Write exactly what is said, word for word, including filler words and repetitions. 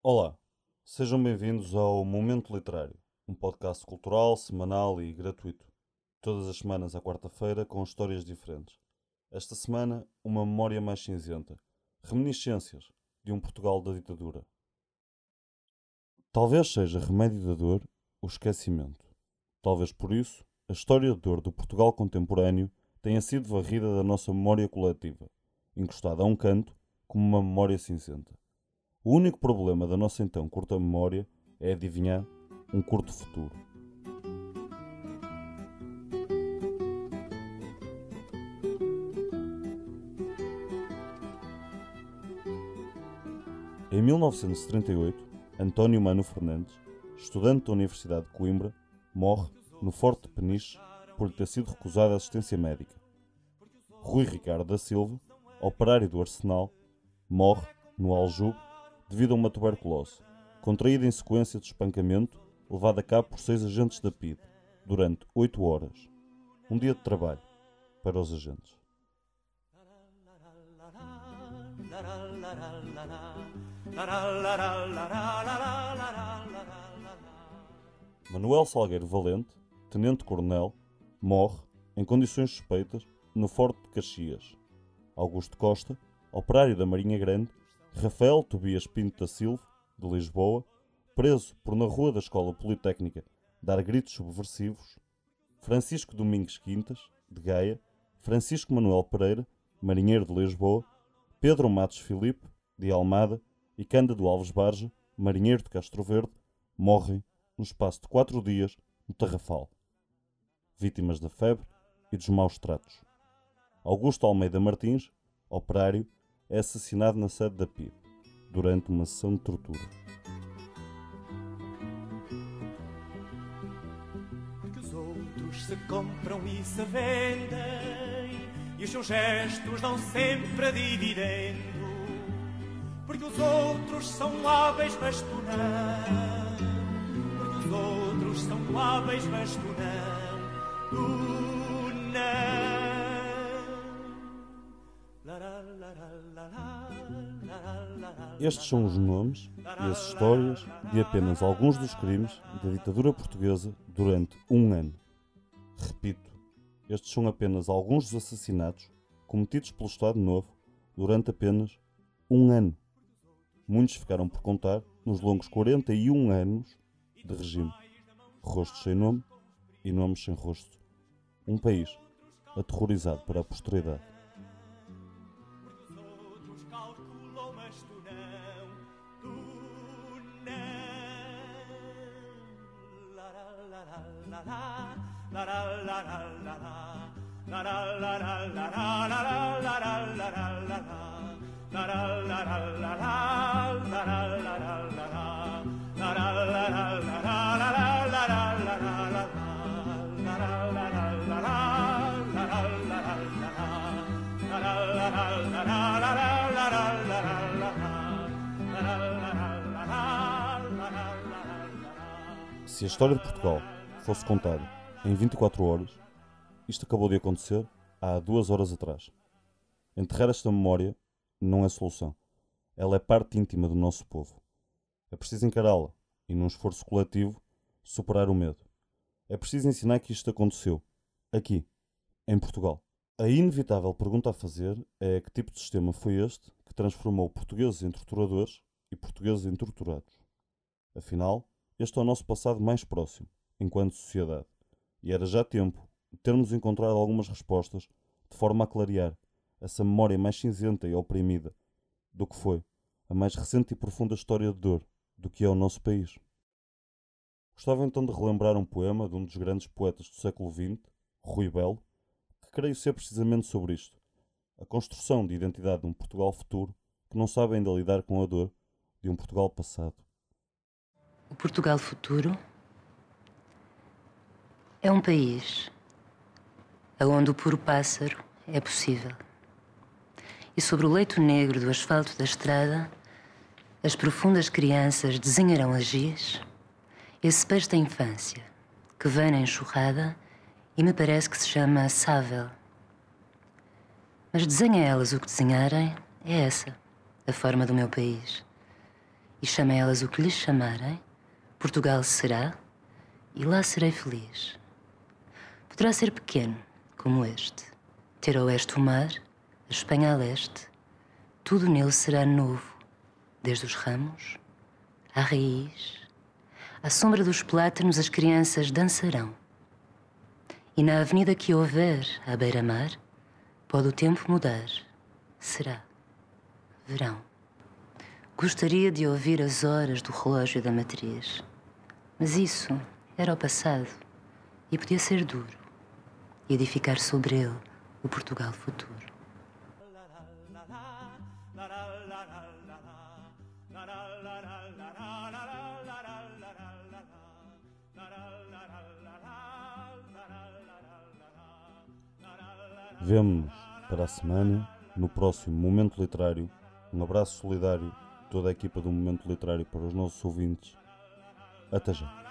Olá, sejam bem-vindos ao Momento Literário, um podcast cultural, semanal e gratuito. Todas as semanas à quarta-feira com histórias diferentes. Esta semana, uma memória mais cinzenta. Reminiscências de um Portugal da ditadura. Talvez seja remédio da dor o esquecimento. Talvez por isso, a história de dor do Portugal contemporâneo tenha sido varrida da nossa memória coletiva, encostada a um canto como uma memória cinzenta. O único problema da nossa então curta memória é adivinhar um curto futuro. Em mil novecentos e trinta e oito, António Mano Fernandes, estudante da Universidade de Coimbra, morre no Forte de Peniche por lhe ter sido recusada assistência médica. Rui Ricardo da Silva, operário do Arsenal, morre no Aljube devido a uma tuberculose, contraída em sequência de espancamento levado a cabo por seis agentes da P I D, durante oito horas. Um dia de trabalho para os agentes. Manuel Salgueiro Valente, tenente-coronel, morre, em condições suspeitas, no Forte de Caxias. Augusto Costa, operário da Marinha Grande, Rafael Tobias Pinto da Silva, de Lisboa, preso por na rua da Escola Politécnica dar gritos subversivos, Francisco Domingos Quintas, de Gaia, Francisco Manuel Pereira, marinheiro de Lisboa, Pedro Matos Filipe, de Almada, e Cândido Alves Barja, marinheiro de Castro Verde, morrem no espaço de quatro dias no Tarrafal, vítimas da febre e dos maus tratos. Augusto Almeida Martins, operário, é assassinado na sede da P I D, durante uma sessão de tortura. Porque os outros se compram e se vendem, e os seus gestos dão sempre a dividendo. Porque os outros são hábeis bastonão, porque os outros são hábeis bastonão do não. Estes são os nomes e as histórias de apenas alguns dos crimes da ditadura portuguesa durante um ano. Repito, estes são apenas alguns dos assassinatos cometidos pelo Estado Novo durante apenas um ano. Muitos ficaram por contar nos longos quarenta e um anos de regime. Rostos sem nome e nomes sem rosto. Um país aterrorizado para a posteridade. Se a história de Portugal fosse contada em vinte e quatro horas, isto acabou de acontecer há duas horas atrás. Enterrar esta memória não é solução. Ela é parte íntima do nosso povo. É preciso encará-la e, num esforço coletivo, superar o medo. É preciso ensinar que isto aconteceu, aqui, em Portugal. A inevitável pergunta a fazer é que tipo de sistema foi este que transformou portugueses em torturadores e portugueses em torturados. Afinal, este é o nosso passado mais próximo, enquanto sociedade, e era já tempo de termos encontrado algumas respostas de forma a clarear essa memória mais cinzenta e oprimida do que foi a mais recente e profunda história de dor do que é o nosso país. Gostava então de relembrar um poema de um dos grandes poetas do século vinte, Rui Belo, que creio ser precisamente sobre isto, a construção de identidade de um Portugal futuro que não sabe ainda lidar com a dor de um Portugal passado. O Portugal futuro é um país onde o puro pássaro é possível. E sobre o leito negro do asfalto da estrada, as profundas crianças desenharão a giz esse peixe da infância, que vem na enxurrada e me parece que se chama Sável. Mas desenha elas o que desenharem, é essa a forma do meu país. e chamem elas o que lhes chamarem, Portugal será, e lá serei feliz. Poderá ser pequeno, como este, ter a oeste o mar, a Espanha a leste, tudo nele será novo, desde os ramos à raiz. À sombra dos plátanos as crianças dançarão. E na avenida que houver à beira-mar, pode o tempo mudar, será verão. Gostaria de ouvir as horas do relógio da matriz, mas isso era o passado e podia ser duro e edificar sobre ele o Portugal futuro. Vemo-nos para a semana, no próximo Momento Literário. Um abraço solidário de toda a equipa do Momento Literário para os nossos ouvintes. Até já.